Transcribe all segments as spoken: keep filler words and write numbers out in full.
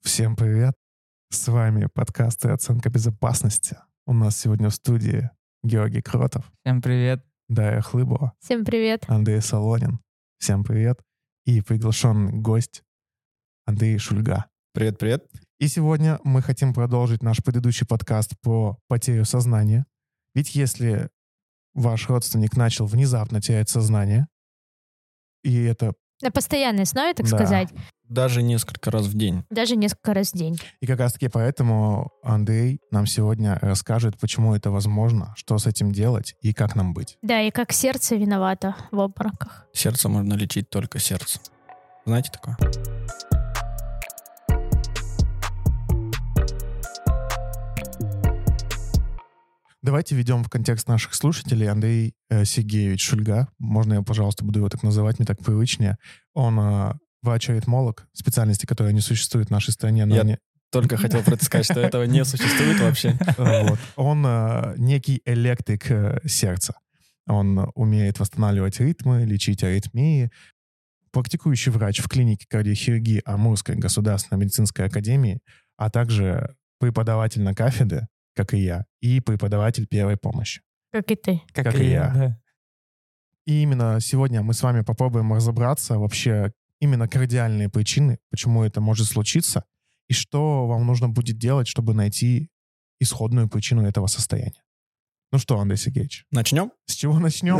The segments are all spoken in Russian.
Всем привет! С вами подкаст и оценка безопасности. У нас сегодня в студии Георгий Кротов. Всем привет. Дарья Хлыбова. Всем привет. Андрей Солонин. Всем привет. И приглашенный гость Андрей Шульга. Привет-привет. И сегодня мы хотим продолжить наш предыдущий подкаст про потерю сознания. Ведь если ваш родственник начал внезапно терять сознание, и это... На постоянной основе, так Да. сказать. Даже несколько раз в день. Даже несколько раз в день. И как раз-таки поэтому Андрей нам сегодня расскажет, почему это возможно, что с этим делать и как нам быть. Да, и как сердце виновато в обмороках. Сердце можно лечить только сердце. Знаете такое? Давайте введем в контекст наших слушателей. Андрей э, Сергеевич Шульга, можно я, пожалуйста, буду его так называть, мне так привычнее. Он э, врач-аритмолог, специальности, которая не существует в нашей стране. Но Я не... только хотел про это сказать, что этого не существует вообще. Вот. Он э, некий электрик э, сердца. Он умеет восстанавливать ритмы, лечить аритмии. Практикующий врач в клинике кардиохирургии Амурской государственной медицинской академии, а также преподаватель на кафедре, как и я, и преподаватель первой помощи. Как и ты. Как, как и я. Да. И именно сегодня мы с вами попробуем разобраться вообще именно кардиальные причины, почему это может случиться, и что вам нужно будет делать, чтобы найти исходную причину этого состояния. Ну что, Андрей Сергеевич? Начнем? С чего начнем?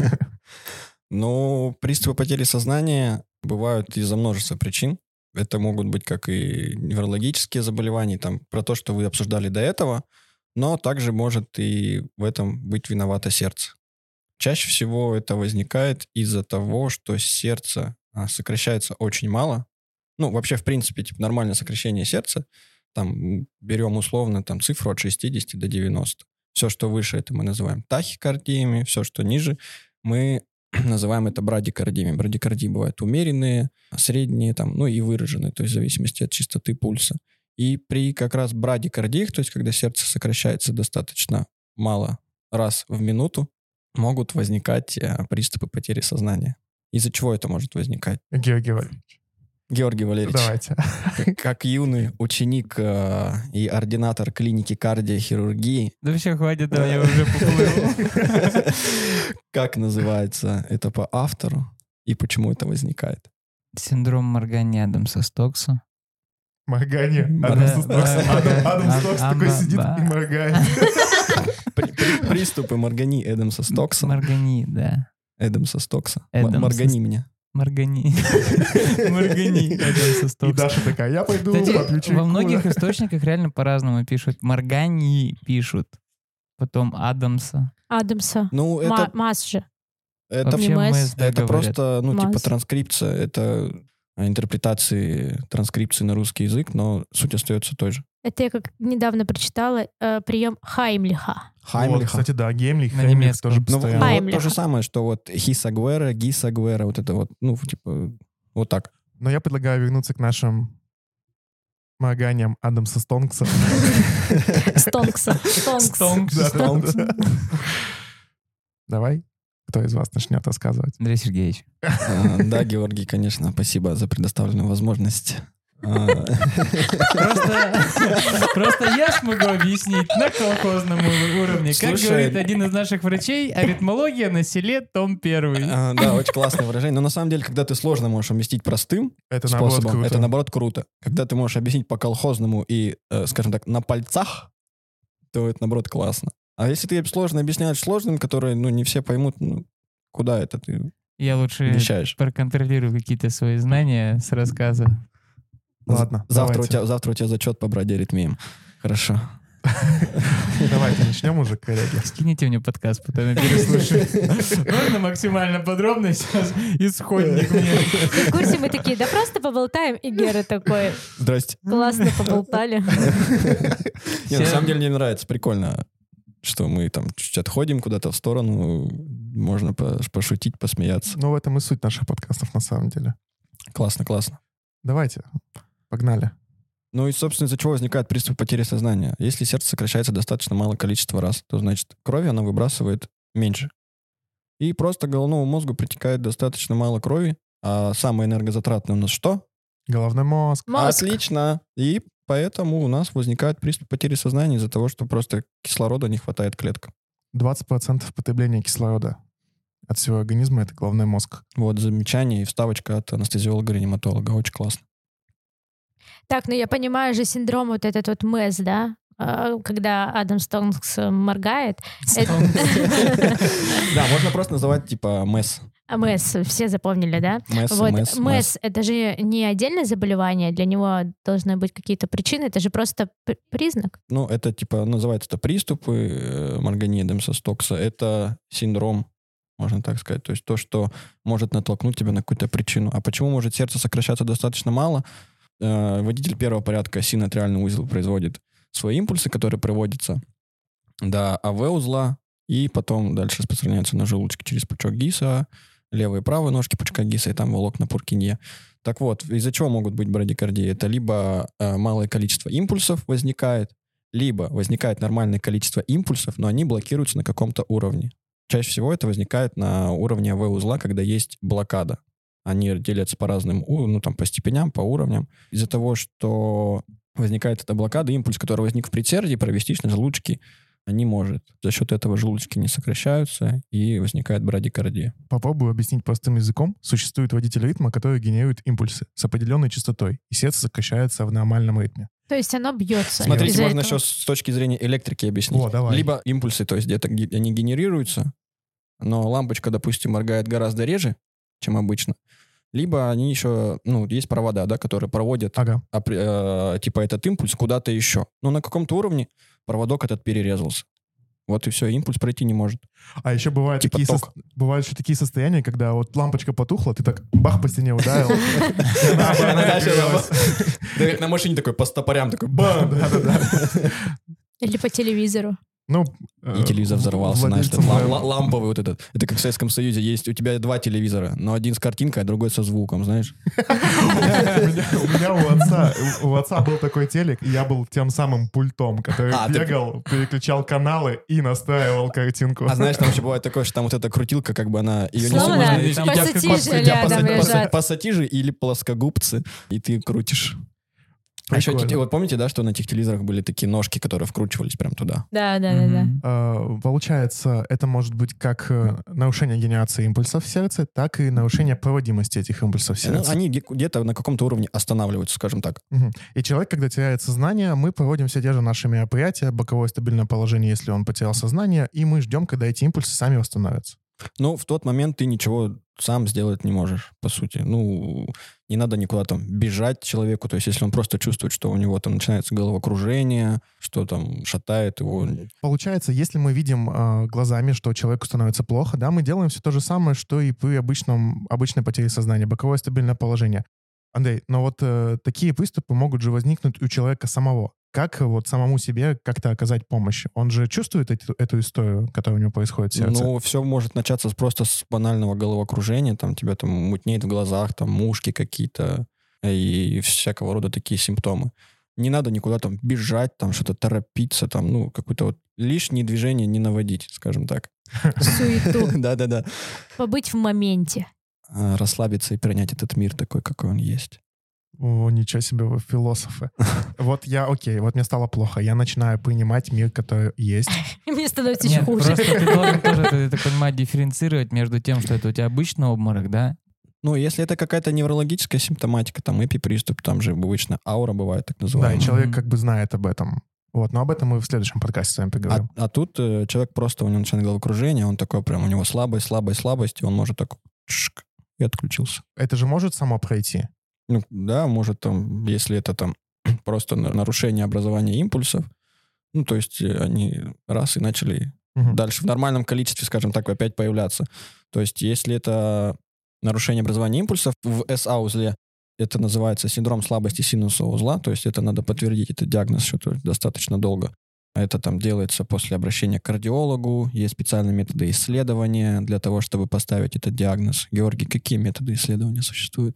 Ну, приступы потери сознания бывают из-за множества причин. Это могут быть как и неврологические заболевания, там, про то, что вы обсуждали до этого, но также может и в этом быть виновато сердце. Чаще всего это возникает из-за того, что сердце сокращается очень мало. Ну, вообще, в принципе, типа, нормальное сокращение сердца, там, берем условно там, цифру от шестидесяти до девяноста. Все, что выше, это мы называем тахикардиями, все, что ниже, мы называем это брадикардиями. Брадикардии бывают умеренные, средние, там, ну и выраженные, то есть в зависимости от частоты пульса. И при как раз брадикардиях, то есть когда сердце сокращается достаточно мало раз в минуту, могут возникать а, приступы потери сознания. Из-за чего это может возникать? Георгий Валерьевич. Георгий Валерьевич, Давайте. как, как юный ученик э, и ординатор клиники кардиохирургии, Да все, хватит, да, я уже поплыл. как называется это по автору и почему это возникает? Синдром моргания Адамса-Стокса. Моргание. Да, Адам да, Стокс да, Адам- да. Адам Стокс такой Ам- сидит ба- и моргает. При- при- Приступы моргани Эдамса Стокса. Моргани, да. Эдамса Стокса. Эдамса М- Моргани меня. Моргани. Моргани И Адамса-Стокса. Даша такая, я пойду Кстати, попью чайку. во многих источниках реально по-разному пишут. Моргани пишут. Потом Адамса. Адамса. Ну, Ма- это, Мас же. это, Не Вообще мэс. мэс, да, это говорят. просто, ну, типа Маз. транскрипция. Это интерпретации транскрипции на русский язык, но суть остается той же. Это я как недавно прочитала э, прием Хаймлиха. Вот, Хаймлиха. кстати, да, Геймлих, На Хеймлих немецком. тоже Ну, ну, постоянно. вот Хаймлиха. то же самое, что вот Хисагуэра, Гисагуэра, вот это вот, ну, типа, вот так. Но я предлагаю вернуться к нашим морганиям Адамса Стонкса. Стонкса. Стонкс. Стонкс. Да, да, Стонкс. да. Давай, кто из вас начнет рассказывать? Андрей Сергеевич. А, Да, Георгий, конечно, спасибо за предоставленную возможность. А, Просто, просто я смогу объяснить на колхозном уровне. Как Слушай, говорит один из наших врачей, аритмология на селе, том первый. а, Да, очень классное выражение. Но на самом деле, когда ты сложно можешь объяснить простым Это наоборот способом, круто. это наоборот круто. Когда ты можешь объяснить по колхозному и, э, скажем так, на пальцах, то это наоборот классно. А если ты сложно объясняешь сложным, которые, ну, не все поймут, ну, куда это ты Я лучше вещаешь? проконтролирую какие-то свои знания с рассказа. Ладно, Завтра у, давайте. тебя, завтра у тебя зачет по брадиаритмиям. Хорошо. Давайте начнем уже, коллеги. Скините мне подкаст, потом я переслушаю. Можно максимально подробно сейчас исходник мне? В курсе мы такие, да просто поболтаем. И Гера такой, Здрасте. классно поболтали. Не, на самом деле мне нравится, прикольно, что мы там чуть-чуть отходим куда-то в сторону, можно по- пошутить, посмеяться. Ну, в этом и суть наших подкастов, на самом деле. Классно, классно. Давайте, погнали. Ну и, собственно, из-за чего возникает приступ потери сознания? Если сердце сокращается достаточно мало количество раз, то, значит, крови оно выбрасывает меньше. И просто головному мозгу притекает достаточно мало крови. А самое энергозатратное у нас что? Головной мозг. Мозг. Отлично. И поэтому у нас возникает приступ потери сознания из-за того, что просто кислорода не хватает клеткам. двадцать процентов потребления кислорода от всего организма — это головной мозг. Вот замечание и вставочка от анестезиолога-реаниматолога. Очень классно. Так, ну я понимаю же синдром вот этот вот МЭС, да? А, Когда Адам Стоункс моргает. Это- Да, можно просто называть типа МЭС. А МЭС все запомнили, да? МЭС, Вот МЭС, МЭС — это же не отдельное заболевание, для него должны быть какие-то причины, это же просто п- признак. Ну, это типа называется это приступы э, Моргани Эдемса Стокса. Это синдром, можно так сказать. То есть то, что может натолкнуть тебя на какую-то причину. А почему может сердце сокращаться достаточно мало? Э, водитель первого порядка синатриальный узел производит свои импульсы, которые проводятся до АВ-узла, и потом дальше распространяются на желудочке через пучок Гисса, левые и правые ножки пучка Гисса, и там волокна Пуркинье. Так вот, из-за чего могут быть брадикардии? Это либо э, малое количество импульсов возникает, либо возникает нормальное количество импульсов, но они блокируются на каком-то уровне. Чаще всего это возникает на уровне АВ-узла, когда есть блокада. Они делятся по разным, у- ну там по степеням, по уровням. Из-за того, что возникает эта блокада, импульс, который возник в предсердии, провестись на желудочки не может. За счет этого желудочки не сокращаются, и возникает брадикардия. Попробую объяснить простым языком. Существует водитель ритма, который генерирует импульсы с определенной частотой, и сердце сокращается в нормальном ритме. То есть оно бьется. Смотрите, из-за можно этого. еще с точки зрения электрики объяснить. О, давай. Либо импульсы, то есть где-то ге- они генерируются, но лампочка, допустим, моргает гораздо реже, чем обычно. Либо они еще, ну, есть провода, да, которые проводят Ага. опре- э, типа этот импульс куда-то еще. Но на каком-то уровне проводок этот перерезался. Вот и все, импульс пройти не может. А еще бывают, Типа такие сос- ток. бывают еще такие состояния, когда вот лампочка потухла, ты так бах по стене ударил. и она обратно закрылась. Да, как на машине такой, по стопорям такой, Бам! Да-да-да. Или по телевизору. Ну, и телевизор взорвался, знаешь, этот владельцам, ла- ла- ламповый вот этот. Это как в Советском Союзе есть, у тебя два телевизора, но один с картинкой, а другой со звуком, знаешь. У меня у меня у отца у у отца был такой телек, и я был тем самым пультом, который А, ты- бегал, переключал каналы и настраивал картинку. А знаешь, там еще бывает такое, что там вот эта крутилка, как бы она... Ее не Словно можно- и и там тебя пассатижи как пас- тебя рядом паса- паса- лежат. пассатижи или плоскогубцы, и ты крутишь. А еще, Прикольно. те- вот помните, да, что на этих телевизорах были такие ножки, которые вкручивались прям туда? Да, да, да, да. Мгм. А, Получается, это может быть как э, нарушение генерации импульсов в сердце, так и нарушение проводимости этих импульсов в Ну, сердце. они где- где-то на каком-то уровне останавливаются, скажем так. Мгм. И человек, когда теряет сознание, мы проводим все те же наши мероприятия, боковое стабильное положение, если он потерял сознание, и мы ждем, когда эти импульсы сами восстановятся. Ну, в тот момент ты ничего сам сделать не можешь, по сути. Ну, не надо никуда там бежать человеку. То есть, если он просто чувствует, что у него там начинается головокружение, что там шатает его. Получается, если мы видим э, глазами, что человеку становится плохо, да, мы делаем все то же самое, что и при обычном, обычной потере сознания, боковое стабильное положение. Андрей, но вот э, такие приступы могут же возникнуть у человека самого. Как вот самому себе как-то оказать помощь? Он же чувствует эту, эту историю, которая у него происходит в сердце? Ну, все может начаться с- просто с банального головокружения. Там тебя там мутнеет в глазах, там мушки какие-то и всякого рода такие симптомы. Не надо никуда там бежать, там что-то торопиться, там, ну, какое-то вот лишние движения не наводить, скажем так. Суету. Да-да-да. Побыть в моменте. А, Расслабиться и принять этот мир такой, какой он есть. О, ничего себе, вы философы. Вот я, окей, вот мне стало плохо. Я начинаю принимать мир, который есть. И мне становится еще Нет, хуже. просто ты должен тоже, ты так понимаю, дифференцировать между тем, что это у тебя обычный обморок, да? Ну, если это какая-то неврологическая симптоматика, там эпиприступ, там же обычно аура бывает так Да, называемая. и человек Мгм. как бы знает об этом. Вот, но об этом мы в следующем подкасте с вами А, поговорим. а тут э, человек просто, у него начинает головокружение, он такой прям, у него слабость, слабость, слабость, и он может так чшк, и отключился. Это же может само пройти? Ну, да, может там, если это там просто на- нарушение образования импульсов, ну, то есть э, они раз и начали Мгм. дальше в нормальном количестве, скажем так, опять появляться. То есть если это нарушение образования импульсов в эс а-узле, это называется синдром слабости синусового узла, то есть это надо подтвердить этот диагноз что-то достаточно долго. Это там делается после обращения к кардиологу, есть специальные методы исследования для того, чтобы поставить этот диагноз. Георгий, какие методы исследования существуют?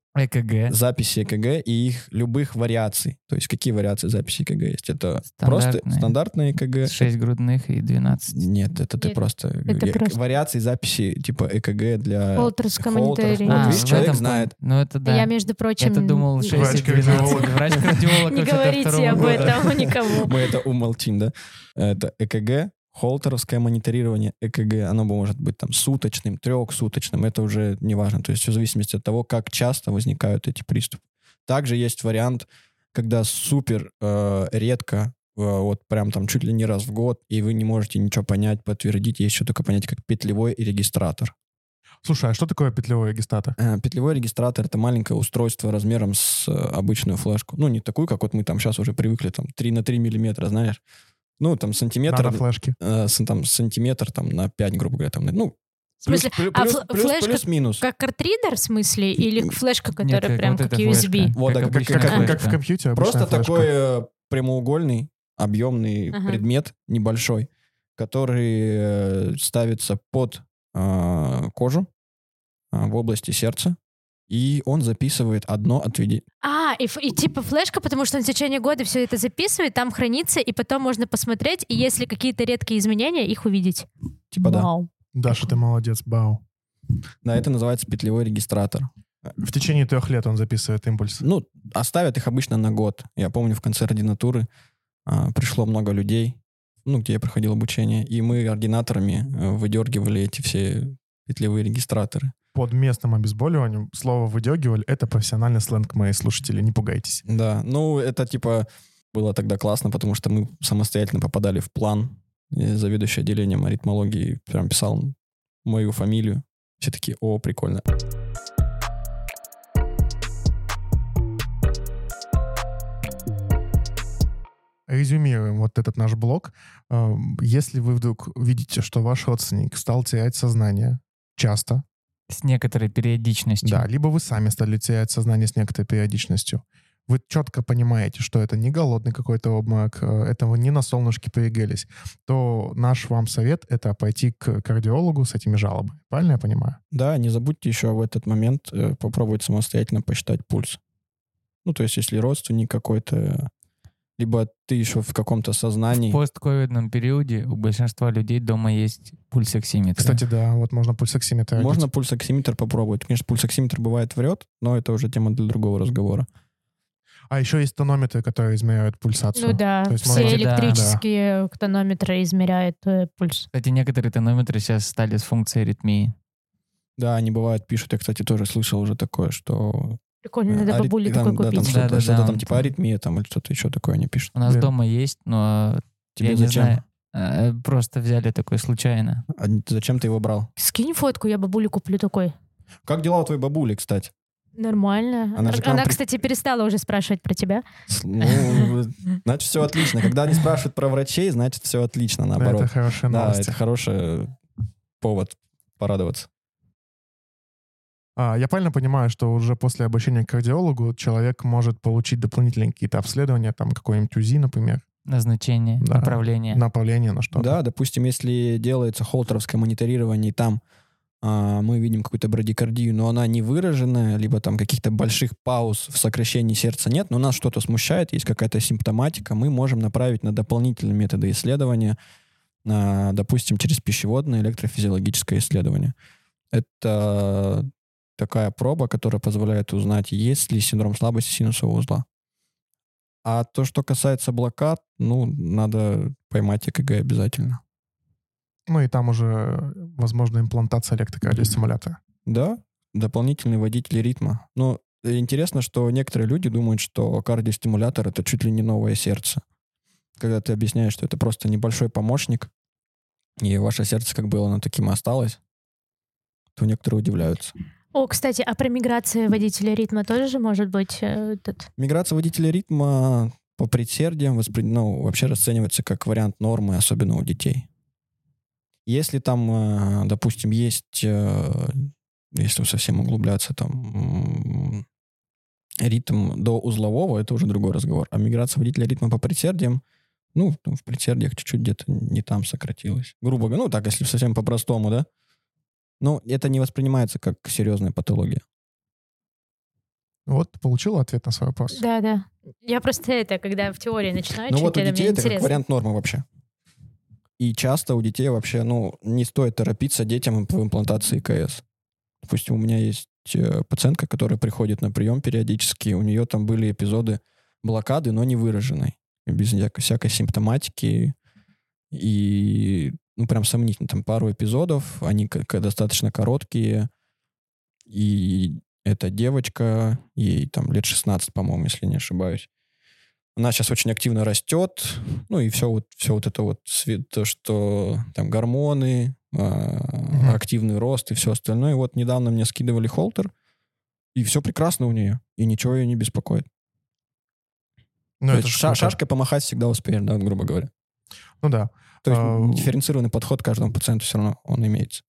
ЭКГ. записи ЭКГ и их любых вариаций. То есть какие вариации записи ЭКГ есть? Это просто Стандартные. стандартные ЭКГ. шесть грудных и двенадцать. Нет, это ты Нет, просто... это э, просто. Вариации записи типа ЭКГ для... Холтерское холтеров. мониторинг. Вот А, видишь, в человек этом знает. плане. Ну это да. Я, между прочим... Я-то думал шесть и Врач-кардиолог. двенадцать. Врач-кардиолог Не вообще-то говорите второго об года. этом никому. Мы это умолчим, да? Это ЭКГ, холтеровское мониторирование ЭКГ. Оно может быть там суточным, трехсуточным. Это уже не важно. То есть в зависимости от того, как часто возникают эти приступы. Также есть вариант, когда супер э, редко, э, вот прям там чуть ли не раз в год, и вы не можете ничего понять, подтвердить. Есть еще такое понятие, как петлевой регистратор. Слушай, а что такое петлевой регистратор? Э, Петлевой регистратор — это маленькое устройство размером с э, обычную флешку. Ну, не такую, как вот мы там сейчас уже привыкли, там три на три миллиметра, знаешь. Ну, там сантиметр, На флешке. э, с- там, сантиметр там, на пять, грубо говоря. Там, ну, В смысле, плюс, а плюс, фл- плюс, флешка плюс-минус. Как картридер, в смысле? Или флешка, Нет, которая как прям вот как эта ю эс би? флешка. Вот, Как как- обычная как- Как, как флешка. в компьютере. Просто обычная флешка. такой э, прямоугольный, объемный Ага. предмет небольшой, который э, ставится под э, кожу э, в области сердца, и он записывает одно отведение. А, и, ф- и типа флешка, потому что он в течение года все это записывает, там хранится, и потом можно посмотреть, и если какие-то редкие изменения, их увидеть. Типа да. Вау. Даша, ты молодец, бау. Да, это называется петлевой регистратор. В течение трех лет он записывает импульс. Ну, оставят их обычно на год. Я помню, в конце ординатуры а, пришло много людей, ну, где я проходил обучение, и мы ординаторами э, выдергивали эти все петлевые регистраторы. Под местным обезболиванием слово «выдергивали» — это профессиональный сленг, мои слушатели, не пугайтесь. Да, ну, это типа было тогда классно, потому что мы самостоятельно попадали в план. И заведующий отделением аритмологии прям писал мою фамилию. Все такие: о, прикольно. Резюмируем вот этот наш блог. Э, Если вы вдруг видите, что ваш родственник стал терять сознание часто, С некоторой периодичностью. да, либо вы сами стали терять сознание с некоторой периодичностью, вы четко понимаете, что это не голодный какой-то обморок, э, это вы не на солнышке перегрелись, то наш вам совет — это пойти к кардиологу с этими жалобами. Правильно я понимаю? Да, не забудьте еще в этот момент э, попробовать самостоятельно посчитать пульс. Ну, то есть, если родственник какой-то, либо ты еще в каком-то В сознании. постковидном периоде у большинства людей дома есть пульсоксиметр. Кстати, да, вот можно пульсоксиметр. одеть. Можно пульсоксиметр попробовать. Конечно, пульсоксиметр бывает врет, но это уже тема для другого разговора. А еще есть тонометры, которые измеряют пульсацию. Ну да, То есть все можно- да. электрические тонометры измеряют э, пульс. Кстати, некоторые тонометры сейчас стали с функцией аритмии. Да, они бывают, пишут. Я, кстати, тоже слышал уже такое, что... Прикольно, э, надо ари- бабуле там, такой да, там купить. что-то, Да-да-да, что-то там он типа там- аритмия там или что-то еще такое они пишут. У нас Да. дома есть, но Тебе я не зачем? знаю. э, Просто взяли такой случайно. А зачем ты его брал? Скинь фотку, я бабуле куплю такой. Как дела у твоей бабули, кстати? Нормально. Она же к нам Она, при- кстати, перестала уже спрашивать про тебя. С- Ну, значит, все отлично. Когда они спрашивают про врачей, значит, все отлично, Да, наоборот. это хорошая Да, новость. это хороший повод порадоваться. А, я правильно понимаю, что уже после обращения к кардиологу человек может получить дополнительные какие-то обследования, там какой-нибудь УЗИ, например, Назначение, Да. направление. направление на что-то? Да, допустим, если делается холтеровское мониторирование, и там а, мы видим какую-то брадикардию, но она не выраженная, либо там каких-то больших пауз в сокращении сердца нет, но нас что-то смущает, есть какая-то симптоматика, мы можем направить на дополнительные методы исследования, а, допустим, через пищеводное электрофизиологическое исследование. Это такая проба, которая позволяет узнать, есть ли синдром слабости синусового узла. А то, что касается блокад, ну, надо поймать ЭКГ обязательно. Ну и там уже, возможно, имплантация электрокардиостимулятора. Да, дополнительные водители ритма. Но интересно, что некоторые люди думают, что кардиостимулятор — это чуть ли не новое сердце. Когда ты объясняешь, что это просто небольшой помощник, и ваше сердце как было, оно таким и осталось, то некоторые удивляются. О, кстати, а про миграцию водителя ритма тоже же может быть э, этот... Миграция водителя ритма по предсердиям воспри... ну, вообще расценивается как вариант нормы, особенно у детей. Если там, э, допустим, есть, э, если совсем углубляться, там м, ритм до узлового, это уже другой разговор. А миграция водителя ритма по предсердиям, ну, там в предсердиях чуть-чуть где-то не там сократилось. Грубо говоря, ну, так, если совсем по-простому, да? Но это не воспринимается как серьезная патология. Вот, получила ответ на свой вопрос. Да, да. Я просто это, когда в теории начинаю Ну читать, вот у это детей мне это как интересно. вариант нормы вообще. И часто у детей вообще, ну, не стоит торопиться детям в имплантации ИКС. Допустим, у меня есть э, пациентка, которая приходит на прием периодически, у нее там были эпизоды блокады, но не выраженной, без всякой, всякой симптоматики. И, ну, прям сомнительно, там пару эпизодов, они как, достаточно короткие. И эта девочка, ей там лет шестнадцать, по-моему, если не ошибаюсь. Она сейчас очень активно растет, ну и все вот, все вот это вот, то, что там гормоны, mm-hmm. активный рост и все остальное. И вот недавно мне скидывали холтер, и все прекрасно у нее, и ничего ее не беспокоит. Ну, это ша- шашкой помахать всегда успеешь, да, грубо говоря. Ну да. То есть а... дифференцированный подход к каждому пациенту все равно он имеется.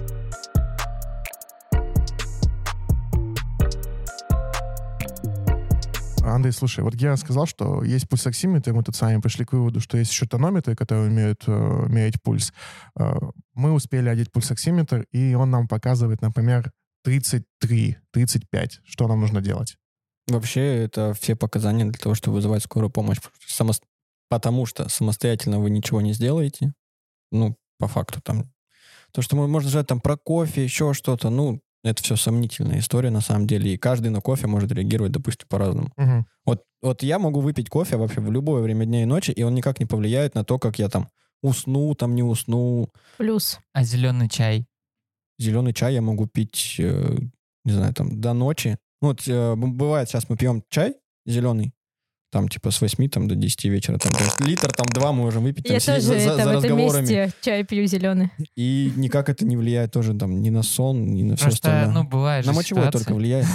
Андрей, слушай, вот я сказал, что есть пульсоксиметры, мы тут с вами пришли к выводу, что есть еще тонометры, которые умеют э, мерить пульс. Э, мы успели одеть пульсоксиметр, и он нам показывает, например, тридцать три тридцать пять. Что нам нужно делать? Вообще, это все показания для того, чтобы вызывать скорую помощь. Само... Потому что самостоятельно вы ничего не сделаете. Ну, по факту там. То, что можно сказать там про кофе, еще что-то, ну, это все сомнительная история на самом деле. И каждый на кофе может реагировать, допустим, по-разному. Угу. Вот, вот я могу выпить кофе вообще в любое время дня и ночи, и он никак не повлияет на то, как я там усну, там не усну. Плюс. А зеленый чай? Зеленый чай я могу пить, э, не знаю, там до ночи. Ну, вот э, бывает, сейчас мы пьем чай зеленый, там типа с восьми там, до десяти вечера. Там, литр, там два мы можем выпить. Там, я тоже за, это, за в этом разговорами. месте чай пью зеленый. И никак это не влияет тоже там ни на сон, ни на все Просто, остальное. ну, бывает же на мочевой ситуация. только влияет.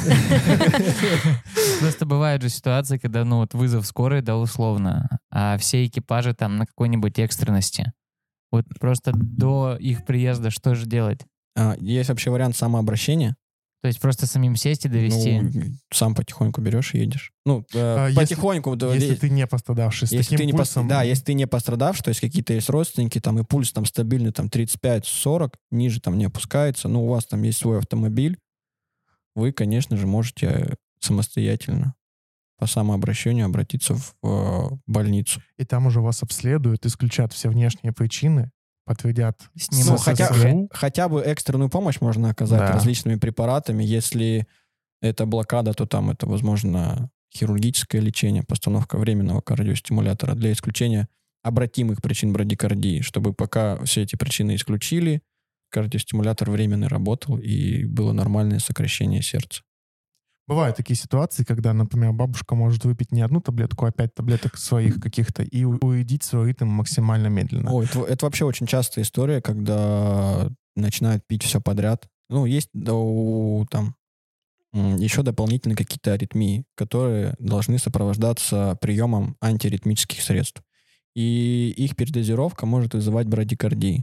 Просто бывают же ситуации, когда, ну, вот вызов скорой, да, условно, а все экипажи там на какой-нибудь экстренности. Вот просто до их приезда что же делать? А, есть вообще вариант самообращения. То есть просто самим сесть и довести? Ну, сам потихоньку берешь и едешь. Ну, э, а потихоньку. Если, да, если ты не пострадавший, с если таким ты не пульсом... пос... Да, если ты не пострадавший, то есть какие-то есть родственники, там и пульс там стабильный, там тридцать пять сорок, ниже там не опускается, ну, у вас там есть свой автомобиль, вы, конечно же, можете самостоятельно по самообращению обратиться в э, больницу. И там уже вас обследуют, исключат все внешние причины, подтвердят. Ну, хотя, хотя бы экстренную помощь можно оказать да. различными препаратами. Если это блокада, то там это, возможно, хирургическое лечение, постановка временного кардиостимулятора для исключения обратимых причин брадикардии, чтобы пока все эти причины исключили, кардиостимулятор временно работал и было нормальное сокращение сердца. Бывают такие ситуации, когда, например, бабушка может выпить не одну таблетку, а пять таблеток своих каких-то и уредить свой ритм максимально медленно. Ой, это, это вообще очень частая история, когда начинают пить все подряд. Ну, есть да, у, там еще дополнительные какие-то аритмии, которые должны сопровождаться приемом антиритмических средств. И их передозировка может вызывать брадикардии.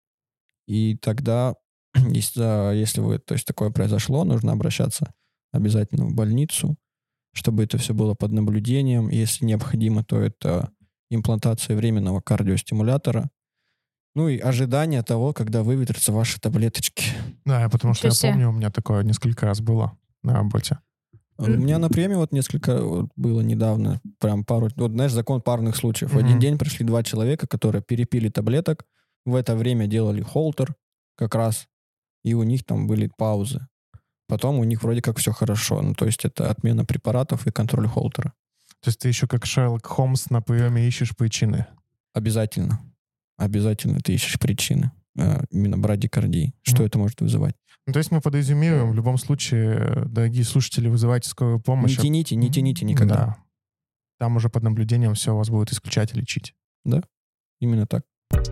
И тогда, если, если вы, то есть такое произошло, нужно обращаться обязательно в больницу, чтобы это все было под наблюдением. Если необходимо, то это имплантация временного кардиостимулятора. Ну и ожидание того, когда выветрятся ваши таблеточки. Да, потому что Чуть-чуть. я помню, у меня такое несколько раз было на работе. У меня на приеме вот несколько вот было недавно, прям пару, вот знаешь, закон парных случаев. В один Мгм. день пришли два человека, которые перепили таблеток, в это время делали холтер как раз, и у них там были паузы. Потом у них вроде как все хорошо. Ну, то есть это отмена препаратов и контроль холтера. То есть ты еще как Шерлок Холмс на приеме ищешь причины. Обязательно. Обязательно ты ищешь причины. э, Именно брадикардии. Что Мгм. это может вызывать? Ну, то есть мы подразумеваем, в любом случае, дорогие слушатели, вызывайте скорую помощь. Не тяните, не тяните никогда. Да. Там уже под наблюдением все вас будет исключать и лечить. Именно так.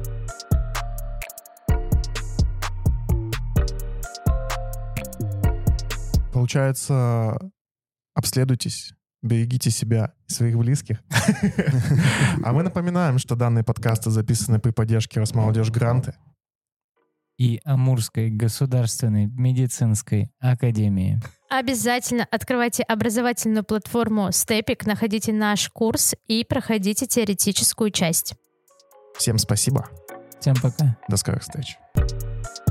Получается, обследуйтесь, берегите себя и своих близких. А мы напоминаем, что данные подкасты записаны при поддержке Росмолодежь Гранты. И Амурской государственной медицинской академии. Обязательно открывайте образовательную платформу Степик, находите наш курс и проходите теоретическую часть. Всем спасибо. Всем пока. До скорых встреч.